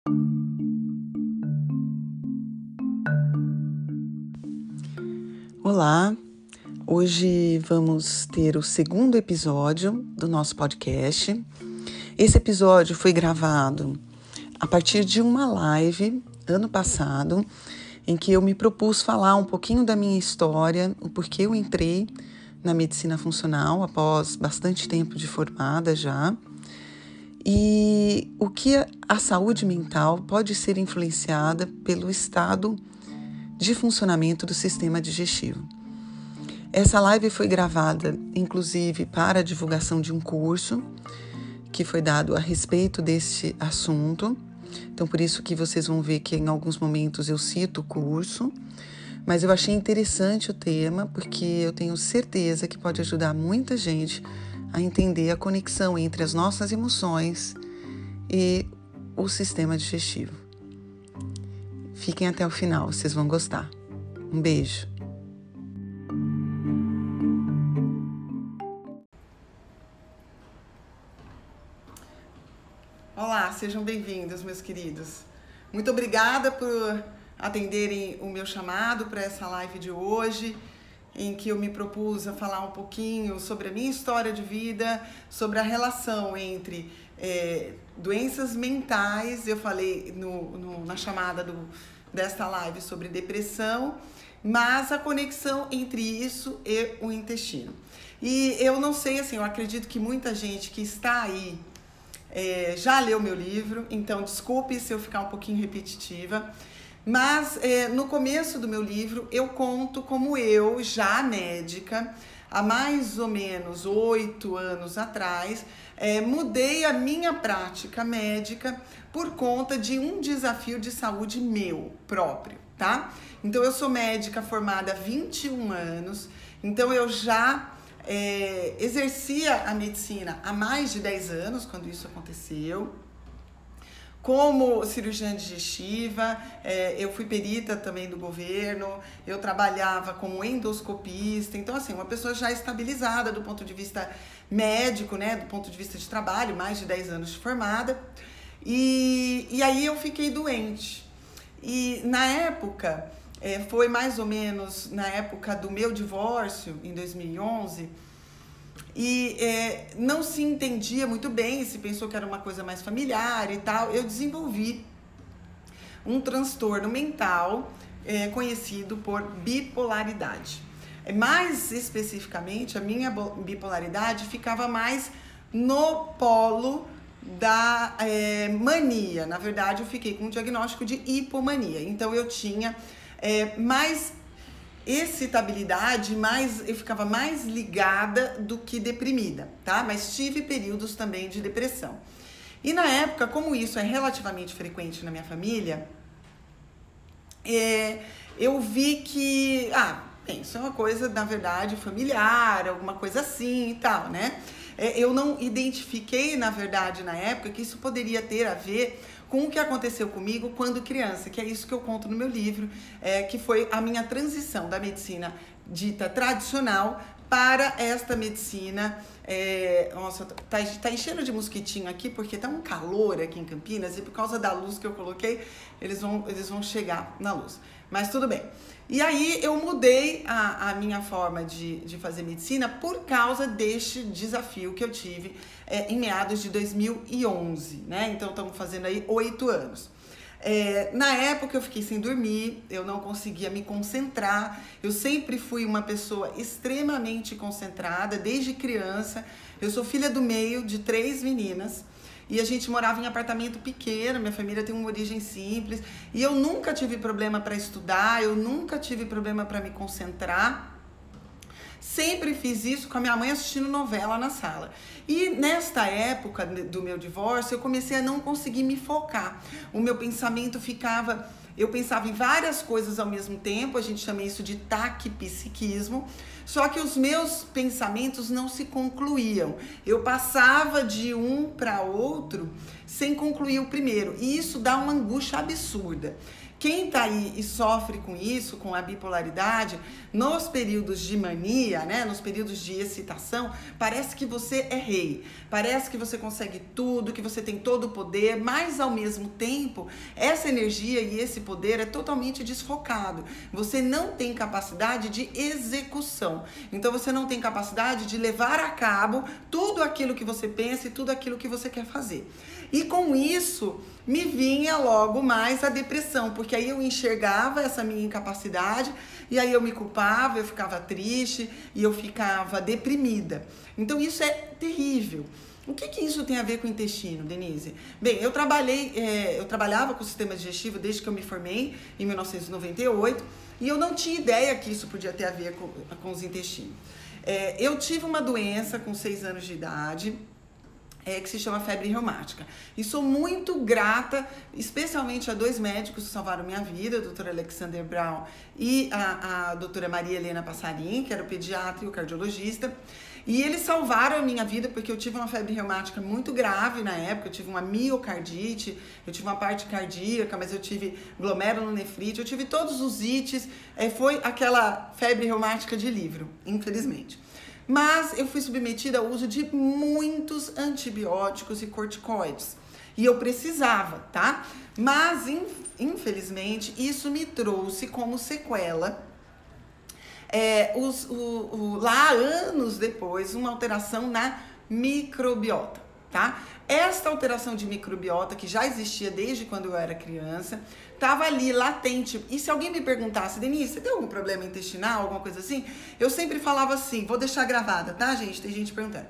Olá, hoje vamos ter o segundo episódio do nosso podcast. Esse episódio foi gravado a partir de uma live ano passado, em que eu me propus falar um pouquinho da minha história, o porquê eu entrei na medicina funcional após bastante tempo de formada já, e o que a saúde mental pode ser influenciada pelo estado de funcionamento do sistema digestivo. Essa live foi gravada, inclusive, para a divulgação de um curso que foi dado a respeito deste assunto. Então, por isso que vocês vão ver que em alguns momentos eu cito o curso, mas eu achei interessante o tema, porque eu tenho certeza que pode ajudar muita gente a entender a conexão entre as nossas emoções e o sistema digestivo. Fiquem até o final, vocês vão gostar. Um beijo. Olá, sejam bem-vindos, meus queridos. Muito obrigada por atenderem o meu chamado para essa live de hoje, em que eu me propus a falar um pouquinho sobre a minha história de vida, sobre a relação entre doenças mentais. Eu falei na chamada desta live sobre depressão, mas a conexão entre isso e o intestino. E eu não sei, assim, eu acredito que muita gente que está aí já leu meu livro, então desculpe se eu ficar um pouquinho repetitiva, mas no começo do meu livro eu conto como eu, já médica, há mais ou menos 8 anos atrás, mudei a minha prática médica por conta de um desafio de saúde meu próprio, tá? Então eu sou médica formada há 21 anos, então eu já exercia a medicina há mais de 10 anos, quando isso aconteceu. Como cirurgiã digestiva, eu fui perita também do governo, eu trabalhava como endoscopista, então assim, uma pessoa já estabilizada do ponto de vista médico, né, do ponto de vista de trabalho, mais de 10 anos de formada, e aí eu fiquei doente. E na época, foi mais ou menos na época do meu divórcio, em 2011, e não se entendia muito bem, se pensou que era uma coisa mais familiar e tal. Eu desenvolvi um transtorno mental conhecido por bipolaridade. Mais especificamente, a minha bipolaridade ficava mais no polo da mania. Na verdade, eu fiquei com um diagnóstico de hipomania. Então, eu tinha mais excitabilidade, eu ficava mais ligada do que deprimida, tá? Mas tive períodos também de depressão. E na época, como isso é relativamente frequente na minha família, eu vi que, isso é uma coisa, na verdade, familiar, alguma coisa assim e tal, né? Eu não identifiquei, na verdade, na época, que isso poderia ter a ver com o que aconteceu comigo quando criança, que é isso que eu conto no meu livro, que foi a minha transição da medicina dita tradicional para esta medicina. Nossa, tá enchendo de mosquitinho aqui, porque tá um calor aqui em Campinas, e por causa da luz que eu coloquei, eles vão chegar na luz. Mas tudo bem. E aí eu mudei a minha forma de fazer medicina por causa deste desafio que eu tive em meados de 2011, né? Então estamos fazendo aí 8 anos. Na época eu fiquei sem dormir, eu não conseguia me concentrar, eu sempre fui uma pessoa extremamente concentrada, desde criança. Eu sou filha do meio de 3 meninas, e a gente morava em apartamento pequeno, minha família tem uma origem simples, e eu nunca tive problema para estudar, eu nunca tive problema para me concentrar. Sempre fiz isso com a minha mãe assistindo novela na sala. E nesta época do meu divórcio, eu comecei a não conseguir me focar. O meu pensamento ficava... Eu pensava em várias coisas ao mesmo tempo, a gente chama isso de taquipsiquismo, só que os meus pensamentos não se concluíam. Eu passava de um para outro sem concluir o primeiro, e isso dá uma angústia absurda. Quem tá aí e sofre com isso, com a bipolaridade, nos períodos de mania, né, nos períodos de excitação, parece que você é rei, parece que você consegue tudo, que você tem todo o poder, mas ao mesmo tempo, essa energia e esse poder é totalmente desfocado. Você não tem capacidade de execução. Então você não tem capacidade de levar a cabo tudo aquilo que você pensa e tudo aquilo que você quer fazer. E com isso, me vinha logo mais a depressão, porque aí eu enxergava essa minha incapacidade e aí eu me culpava, eu ficava triste e eu ficava deprimida. Então isso é terrível. O que isso tem a ver com o intestino, Denise? Bem, eu trabalhava com o sistema digestivo desde que eu me formei, em 1998, e eu não tinha ideia que isso podia ter a ver com os intestinos. Eu tive uma doença com 6 anos de idade, que se chama febre reumática. E sou muito grata, especialmente a 2 médicos que salvaram minha vida, o Dr. Alexander Brown e a doutora Maria Helena Passarim, que era o pediatra e o cardiologista. E eles salvaram a minha vida porque eu tive uma febre reumática muito grave na época, eu tive uma miocardite, eu tive uma parte cardíaca, mas eu tive glomerulonefrite, eu tive todos os ites, foi aquela febre reumática de livro, infelizmente. Mas eu fui submetida ao uso de muitos antibióticos e corticoides. E eu precisava, tá? Mas, infelizmente, isso me trouxe como sequela, lá anos depois, uma alteração na microbiota, tá? Esta alteração de microbiota, que já existia desde quando eu era criança, estava ali latente. E se alguém me perguntasse, Denise, você tem algum problema intestinal, alguma coisa assim? Eu sempre falava assim, vou deixar gravada, tá, gente? Tem gente perguntando.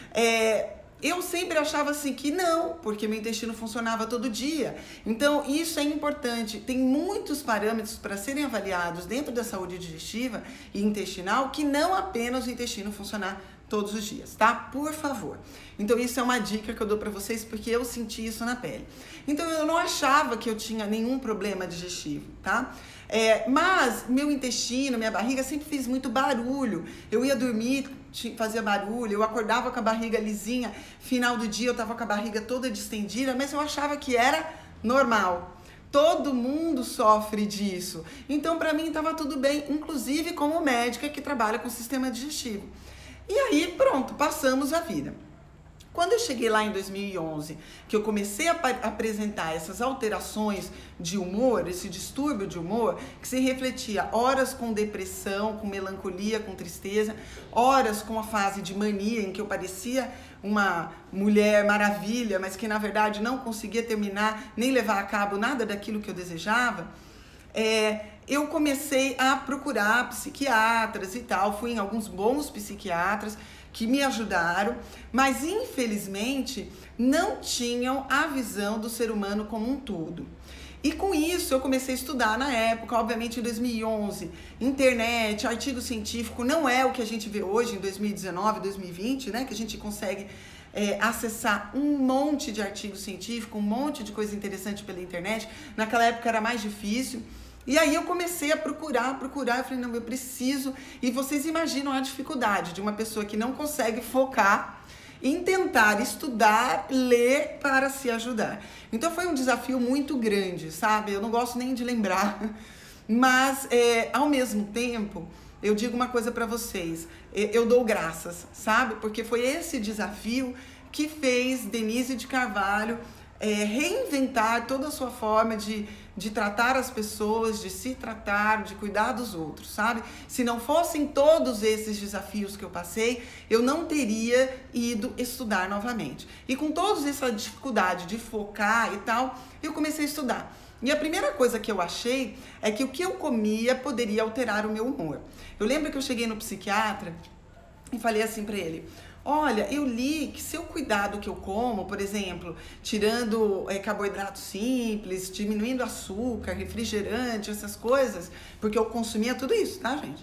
Eu sempre achava assim que não, porque meu intestino funcionava todo dia. Então, isso é importante. Tem muitos parâmetros para serem avaliados dentro da saúde digestiva e intestinal que não apenas o intestino funcionar todos os dias, tá? Por favor. Então, isso é uma dica que eu dou pra vocês, porque eu senti isso na pele. Então, eu não achava que eu tinha nenhum problema digestivo, tá? Mas meu intestino, minha barriga sempre fez muito barulho. Eu ia dormir, fazia barulho, eu acordava com a barriga lisinha, final do dia eu tava com a barriga toda distendida, mas eu achava que era normal. Todo mundo sofre disso. Então, pra mim, tava tudo bem, inclusive como médica que trabalha com o sistema digestivo. E aí, pronto, passamos a vida. Quando eu cheguei lá em 2011, que eu comecei a apresentar essas alterações de humor, esse distúrbio de humor, que se refletia horas com depressão, com melancolia, com tristeza, horas com a fase de mania, em que eu parecia uma mulher maravilha, mas que na verdade não conseguia terminar, nem levar a cabo nada daquilo que eu desejava, eu comecei a procurar psiquiatras e tal, fui em alguns bons psiquiatras que me ajudaram, mas infelizmente não tinham a visão do ser humano como um todo. E com isso eu comecei a estudar na época, obviamente em 2011, internet, artigo científico, não é o que a gente vê hoje em 2019, 2020, né, que a gente consegue acessar um monte de artigo científico, um monte de coisa interessante pela internet. Naquela época era mais difícil. E aí eu comecei a procurar, eu falei, não, eu preciso. E vocês imaginam a dificuldade de uma pessoa que não consegue focar em tentar estudar, ler para se ajudar. Então foi um desafio muito grande, sabe? Eu não gosto nem de lembrar, mas ao mesmo tempo, eu digo uma coisa para vocês, eu dou graças, sabe? Porque foi esse desafio que fez Denise de Carvalho reinventar toda a sua forma de tratar as pessoas, de se tratar, de cuidar dos outros, sabe? Se não fossem todos esses desafios que eu passei, eu não teria ido estudar novamente. E com toda essa dificuldade de focar e tal, eu comecei a estudar. E a primeira coisa que eu achei é que o que eu comia poderia alterar o meu humor. Eu lembro que eu cheguei no psiquiatra e falei assim pra ele: olha, eu li que se eu cuidar do que eu como, por exemplo, tirando carboidrato simples, diminuindo açúcar, refrigerante, essas coisas, porque eu consumia tudo isso, tá, gente?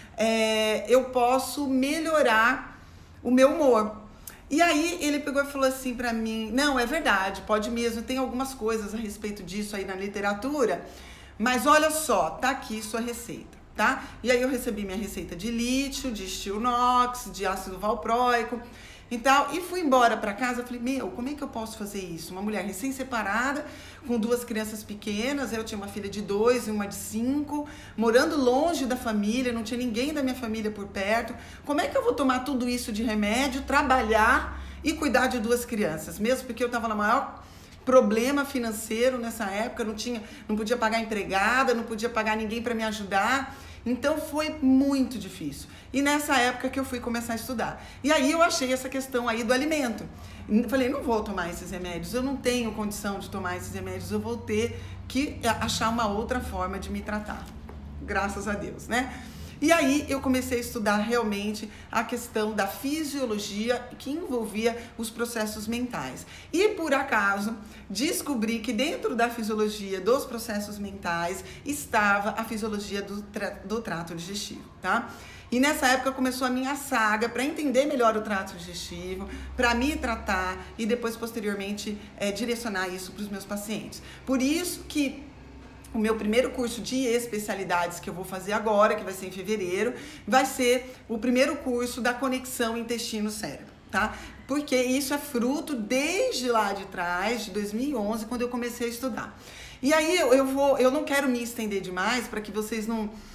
Eu posso melhorar o meu humor. E aí ele pegou e falou assim pra mim, não, é verdade, pode mesmo, tem algumas coisas a respeito disso aí na literatura, mas olha só, tá aqui sua receita. Tá? E aí eu recebi minha receita de lítio, de Stilnox, de ácido valproico. e tal. E fui embora para casa, eu falei, meu, como é que eu posso fazer isso? Uma mulher recém-separada, com 2 crianças pequenas, eu tinha uma filha de 2 e uma de 5, morando longe da família, não tinha ninguém da minha família por perto. Como é que eu vou tomar tudo isso de remédio, trabalhar e cuidar de 2 crianças? Mesmo porque eu estava na maior problema financeiro nessa época, não podia pagar empregada, não podia pagar ninguém para me ajudar. Então foi muito difícil. E nessa época que eu fui começar a estudar. E aí eu achei essa questão aí do alimento. Falei, não vou tomar esses remédios, eu não tenho condição de tomar esses remédios, eu vou ter que achar uma outra forma de me tratar. Graças a Deus, né? E aí eu comecei a estudar realmente a questão da fisiologia que envolvia os processos mentais. E por acaso descobri que dentro da fisiologia dos processos mentais estava a fisiologia do trato digestivo, tá? E nessa época começou a minha saga para entender melhor o trato digestivo, para me tratar e depois posteriormente direcionar isso para os meus pacientes. Por isso que o meu primeiro curso de especialidades que eu vou fazer agora, que vai ser em fevereiro, vai ser o primeiro curso da conexão intestino-cérebro, tá? Porque isso é fruto desde lá de trás, de 2011, quando eu comecei a estudar. E aí eu não quero me estender demais para que vocês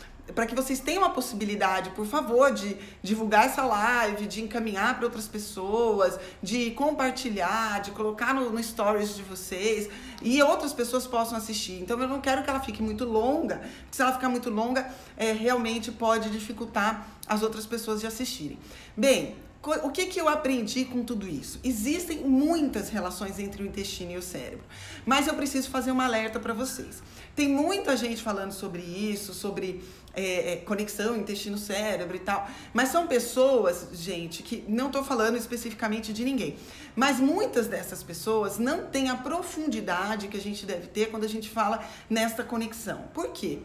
tenham a possibilidade, por favor, de divulgar essa live, de encaminhar para outras pessoas, de compartilhar, de colocar no stories de vocês e outras pessoas possam assistir. Então eu não quero que ela fique muito longa, porque se ela ficar muito longa, realmente pode dificultar as outras pessoas de assistirem. Bem, o que eu aprendi com tudo isso? Existem muitas relações entre o intestino e o cérebro, mas eu preciso fazer um alerta para vocês. Tem muita gente falando sobre isso, sobre conexão intestino-cérebro e tal, mas são pessoas, gente, que não estou falando especificamente de ninguém, mas muitas dessas pessoas não têm a profundidade que a gente deve ter quando a gente fala nesta conexão. Por quê?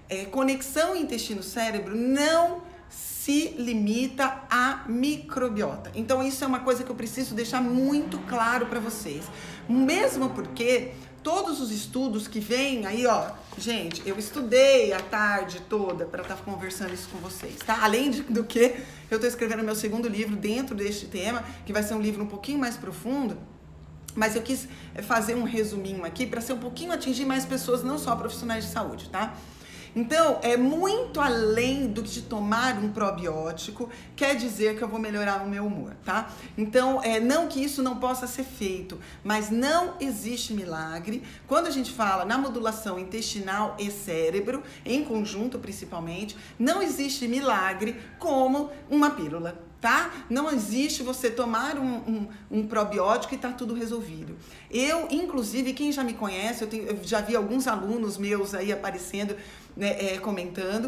Conexão intestino-cérebro não se limita à microbiota. Então isso é uma coisa que eu preciso deixar muito claro para vocês. Mesmo porque todos os estudos que vêm aí, ó, gente, eu estudei a tarde toda para estar conversando isso com vocês, tá? Além do que eu tô escrevendo meu segundo livro dentro deste tema, que vai ser um livro um pouquinho mais profundo, mas eu quis fazer um resuminho aqui para ser um pouquinho atingir mais pessoas, não só profissionais de saúde, tá? Então, é muito além do que de tomar um probiótico, quer dizer que eu vou melhorar o meu humor, tá? Então, não que isso não possa ser feito, mas não existe milagre. Quando a gente fala na modulação intestinal e cérebro, em conjunto principalmente, não existe milagre como uma pílula. Tá? Não existe você tomar um probiótico e tá tudo resolvido. Eu, inclusive, quem já me conhece, eu já vi alguns alunos meus aí aparecendo, né, comentando.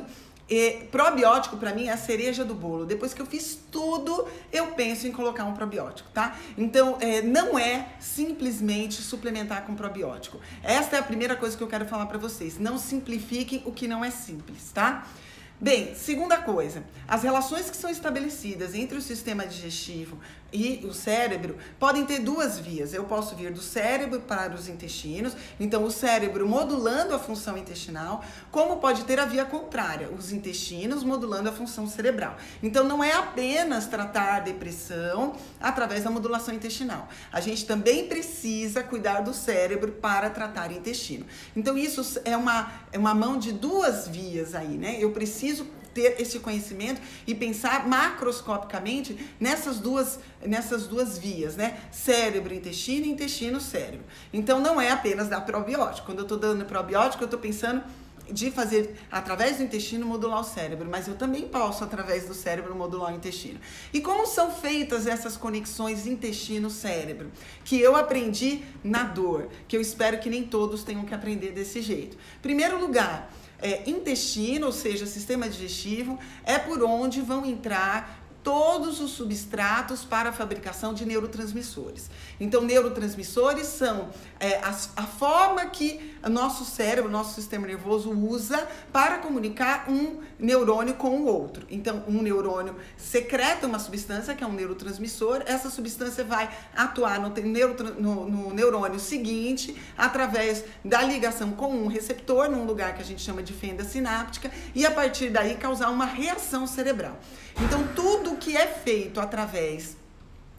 Probiótico para mim é a cereja do bolo. Depois que eu fiz tudo, eu penso em colocar um probiótico, tá? Então, não é simplesmente suplementar com probiótico. Esta é a primeira coisa que eu quero falar para vocês. Não simplifiquem o que não é simples, tá? Bem, segunda coisa, as relações que são estabelecidas entre o sistema digestivo e o cérebro podem ter 2 vias. Eu posso vir do cérebro para os intestinos, então o cérebro modulando a função intestinal, como pode ter a via contrária, os intestinos modulando a função cerebral. Então não é apenas tratar a depressão através da modulação intestinal. A gente também precisa cuidar do cérebro para tratar o intestino. Então isso é uma mão de 2 vias aí, né? Eu preciso ter esse conhecimento e pensar macroscopicamente nessas duas vias, né? Cérebro, intestino e intestino, cérebro. Então não é apenas dar probiótico. Quando eu estou dando probiótico, eu estou pensando de fazer através do intestino modular o cérebro, mas eu também posso através do cérebro modular o intestino. E como são feitas essas conexões intestino-cérebro? Que eu aprendi na dor, que eu espero que nem todos tenham que aprender desse jeito. Primeiro lugar, intestino, ou seja, sistema digestivo, é por onde vão entrar todos os substratos para a fabricação de neurotransmissores. Então, neurotransmissores são a forma que o nosso cérebro, o nosso sistema nervoso usa para comunicar um neurônio com o outro. Então, um neurônio secreta uma substância que é um neurotransmissor, essa substância vai atuar no neurônio seguinte através da ligação com um receptor, num lugar que a gente chama de fenda sináptica, e a partir daí causar uma reação cerebral. Então, tudo que é feito através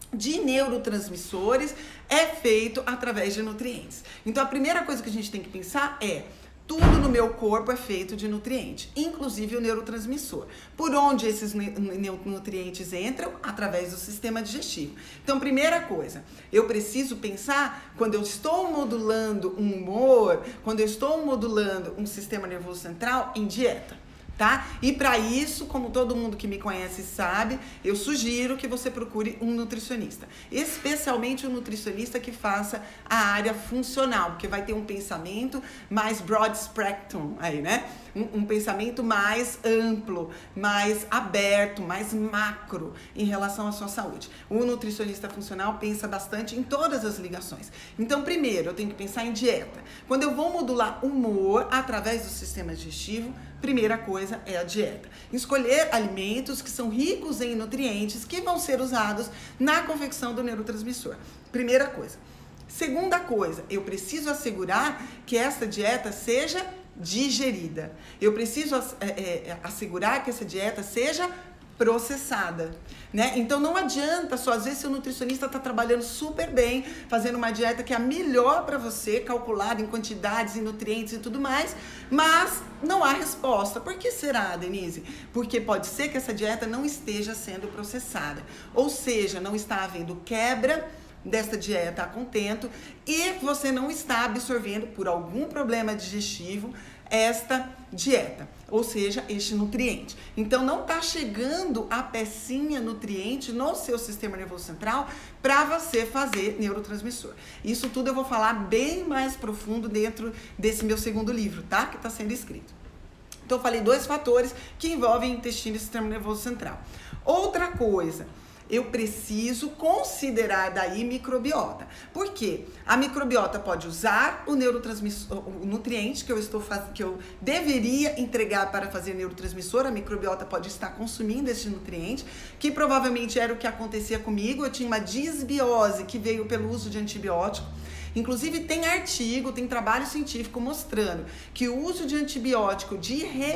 de neurotransmissores é feito através de nutrientes. Então a primeira coisa que a gente tem que pensar é: tudo no meu corpo é feito de nutriente, inclusive o neurotransmissor. Por onde esses nutrientes entram? Através do sistema digestivo. Então, primeira coisa, eu preciso pensar, quando eu estou modulando um humor, quando eu estou modulando um sistema nervoso central, em dieta. Tá? E para isso, como todo mundo que me conhece sabe, eu sugiro que você procure um nutricionista, especialmente um nutricionista que faça a área funcional, porque vai ter um pensamento mais broad spectrum aí, né? Um pensamento mais amplo, mais aberto, mais macro em relação à sua saúde. O nutricionista funcional pensa bastante em todas as ligações. Então, primeiro, eu tenho que pensar em dieta. Quando eu vou modular humor através do sistema digestivo, primeira coisa é a dieta. Escolher alimentos que são ricos em nutrientes que vão ser usados na confecção do neurotransmissor. Primeira coisa. Segunda coisa, eu preciso assegurar que essa dieta seja digerida. Eu preciso assegurar que essa dieta seja processada, né? Então não adianta só, às vezes, se o nutricionista está trabalhando super bem, fazendo uma dieta que é a melhor para você, calculada em quantidades, em nutrientes e tudo mais, mas não há resposta. Por que será, Denise? Porque pode ser que essa dieta não esteja sendo processada, ou seja, não está havendo quebra desta dieta a contento e você não está absorvendo, por algum problema digestivo, esta dieta, ou seja, este nutriente. Então não está chegando a pecinha nutriente no seu sistema nervoso central para você fazer neurotransmissor. Isso tudo eu vou falar bem mais profundo dentro desse meu segundo livro, tá? Que está sendo escrito. Então eu falei 2 fatores que envolvem intestino e sistema nervoso central. Outra coisa, eu preciso considerar daí microbiota. Por quê? A microbiota pode usar o neurotransmissor, o nutriente que eu deveria entregar para fazer neurotransmissor. A microbiota pode estar consumindo esse nutriente, que provavelmente era o que acontecia comigo. Eu tinha uma disbiose que veio pelo uso de antibiótico. Inclusive tem artigo, tem trabalho científico mostrando que o uso de antibiótico de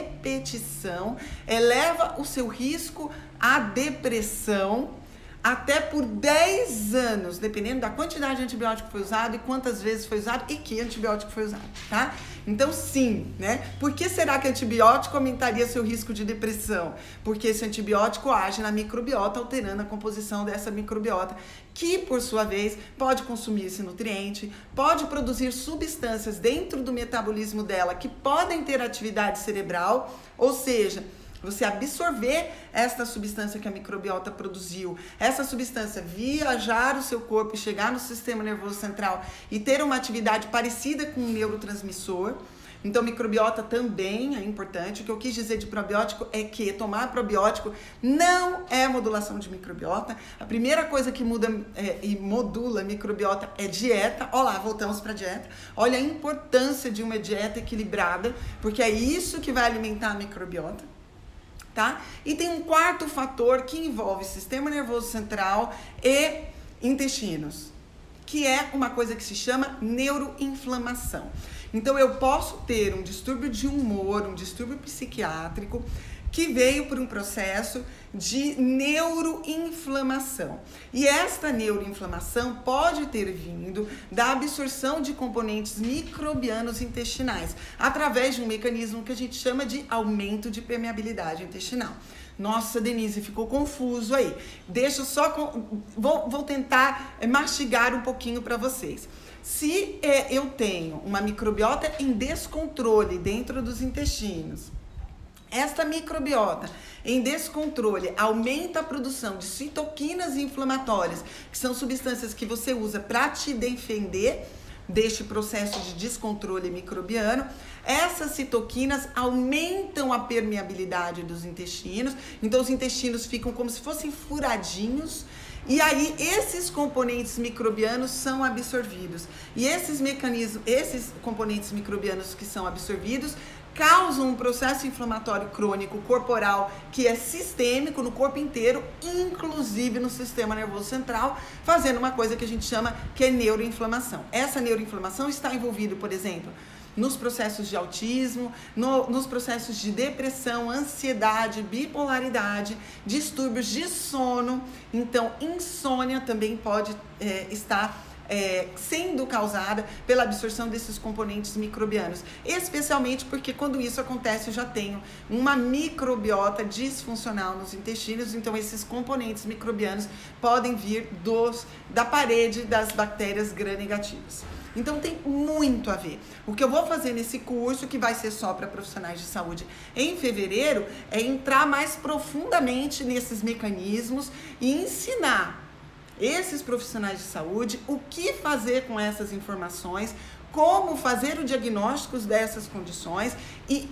repetição eleva o seu risco à depressão até por 10 anos, dependendo da quantidade de antibiótico que foi usado e quantas vezes foi usado e que antibiótico foi usado, tá? Então, sim, né? Por que será que antibiótico aumentaria seu risco de depressão? Porque esse antibiótico age na microbiota, alterando a composição dessa microbiota, que, por sua vez, pode consumir esse nutriente, pode produzir substâncias dentro do metabolismo dela que podem ter atividade cerebral, ou seja, você absorver esta substância que a microbiota produziu, essa substância viajar o seu corpo e chegar no sistema nervoso central e ter uma atividade parecida com um neurotransmissor. Então, microbiota também é importante. O que eu quis dizer de probiótico é que tomar probiótico não é modulação de microbiota. A primeira coisa que muda e modula a microbiota é dieta. Olha lá, voltamos para a dieta. Olha a importância de uma dieta equilibrada, porque é isso que vai alimentar a microbiota. Tá? E tem um quarto fator que envolve sistema nervoso central e intestinos, que é uma coisa que se chama neuroinflamação. Então eu posso ter um distúrbio de humor, um distúrbio psiquiátrico que veio por um processo de neuroinflamação. E esta neuroinflamação pode ter vindo da absorção de componentes microbianos intestinais, através de um mecanismo que a gente chama de aumento de permeabilidade intestinal. Nossa, Denise, ficou confuso aí. Deixa eu só... Vou tentar mastigar um pouquinho para vocês. Se eu tenho uma microbiota em descontrole dentro dos intestinos, esta microbiota em descontrole aumenta a produção de citoquinas inflamatórias, que são substâncias que você usa para te defender deste processo de descontrole microbiano. Essas citoquinas aumentam a permeabilidade dos intestinos, então os intestinos ficam como se fossem furadinhos. E aí esses componentes microbianos são absorvidos. E esses componentes microbianos que são absorvidos causam um processo inflamatório crônico corporal que é sistêmico no corpo inteiro, inclusive no sistema nervoso central, fazendo uma coisa que a gente chama que é neuroinflamação. Essa neuroinflamação está envolvida, por exemplo, nos processos de autismo, nos processos de depressão, ansiedade, bipolaridade, distúrbios de sono. Então, insônia também pode estar sendo causada pela absorção desses componentes microbianos, especialmente porque quando isso acontece eu já tenho uma microbiota disfuncional nos intestinos, então esses componentes microbianos podem vir da parede das bactérias gram-negativas. Então tem muito a ver. O que eu vou fazer nesse curso, que vai ser só para profissionais de saúde em fevereiro, é entrar mais profundamente nesses mecanismos e ensinar esses profissionais de saúde o que fazer com essas informações, como fazer o diagnóstico dessas condições e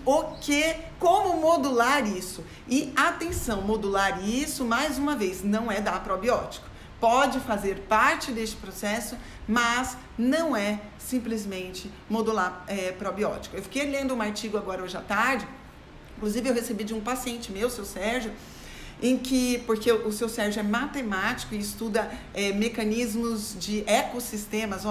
como modular isso. E atenção, modular isso, mais uma vez, não é dar probiótico. Pode fazer parte deste processo, mas não é simplesmente modular probiótico. Eu fiquei lendo um artigo agora hoje à tarde, inclusive eu recebi de um paciente meu, seu Sérgio, porque o seu Sérgio é matemático e estuda mecanismos de ecossistemas,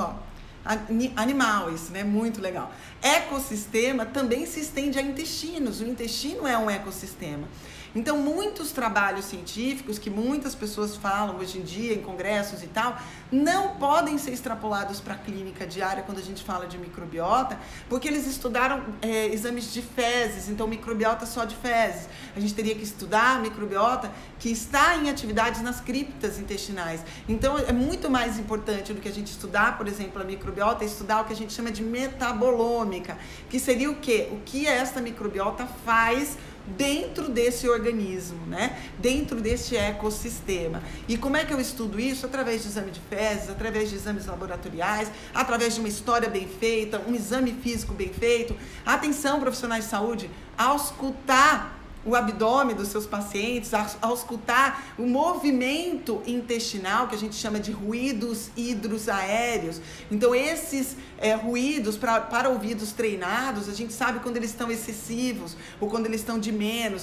animal, isso, né? Muito legal. Ecossistema também se estende a intestinos, o intestino é um ecossistema. Então, muitos trabalhos científicos que muitas pessoas falam hoje em dia em congressos e tal, não podem ser extrapolados para a clínica diária quando a gente fala de microbiota, porque eles estudaram exames de fezes, então microbiota só de fezes. A gente teria que estudar a microbiota que está em atividades nas criptas intestinais. Então, é muito mais importante do que a gente estudar, por exemplo, a microbiota, é estudar o que a gente chama de metabolômica, que seria o quê? O que esta microbiota faz dentro desse organismo, né? Dentro desse ecossistema. E como é que eu estudo isso? Através de exame de fezes, através de exames laboratoriais, através de uma história bem feita, um exame físico bem feito. Atenção, profissionais de saúde, ao escutar o abdômen dos seus pacientes, ao escutar o movimento intestinal, que a gente chama de ruídos hidroaéreos. Então, esses ruídos para ouvidos treinados, a gente sabe quando eles estão excessivos ou quando eles estão de menos.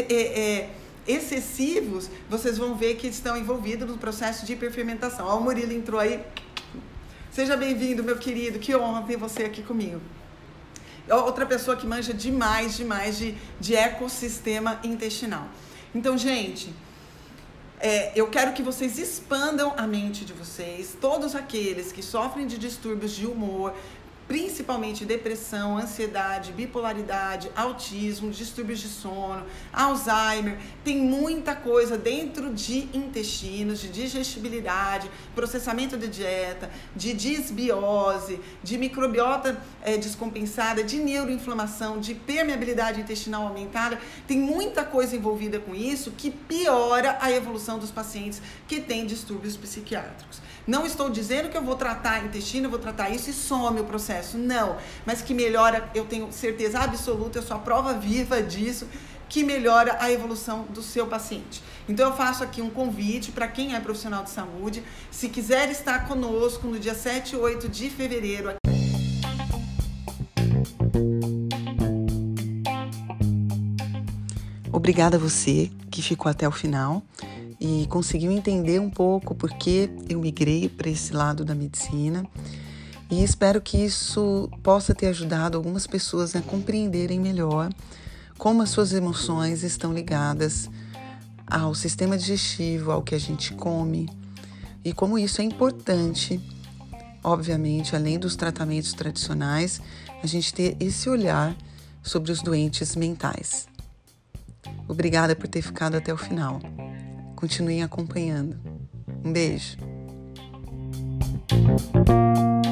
Excessivos, vocês vão ver que estão envolvidos no processo de hiperfermentação. Ó, o Murilo entrou aí. Seja bem-vindo, meu querido. Que honra ter você aqui comigo. Outra pessoa que manja demais de ecossistema intestinal. Então, gente, eu quero que vocês expandam a mente de vocês, todos aqueles que sofrem de distúrbios de humor, principalmente depressão, ansiedade, bipolaridade, autismo, distúrbios de sono, Alzheimer, tem muita coisa dentro de intestinos, de digestibilidade, processamento de dieta, de disbiose, de microbiota descompensada, de neuroinflamação, de permeabilidade intestinal aumentada, tem muita coisa envolvida com isso que piora a evolução dos pacientes que têm distúrbios psiquiátricos. Não estou dizendo que eu vou tratar intestino, eu vou tratar isso e some o processo, não. Mas que melhora, eu tenho certeza absoluta, eu sou a prova viva disso, que melhora a evolução do seu paciente. Então eu faço aqui um convite para quem é profissional de saúde, se quiser estar conosco no dia 7 e 8 de fevereiro. Obrigada a você que ficou até o final e conseguiu entender um pouco por que eu migrei para esse lado da medicina, e espero que isso possa ter ajudado algumas pessoas a compreenderem melhor como as suas emoções estão ligadas ao sistema digestivo, ao que a gente come, e como isso é importante, obviamente, além dos tratamentos tradicionais, a gente ter esse olhar sobre os doentes mentais. Obrigada por ter ficado até o final. Continuem acompanhando. Um beijo.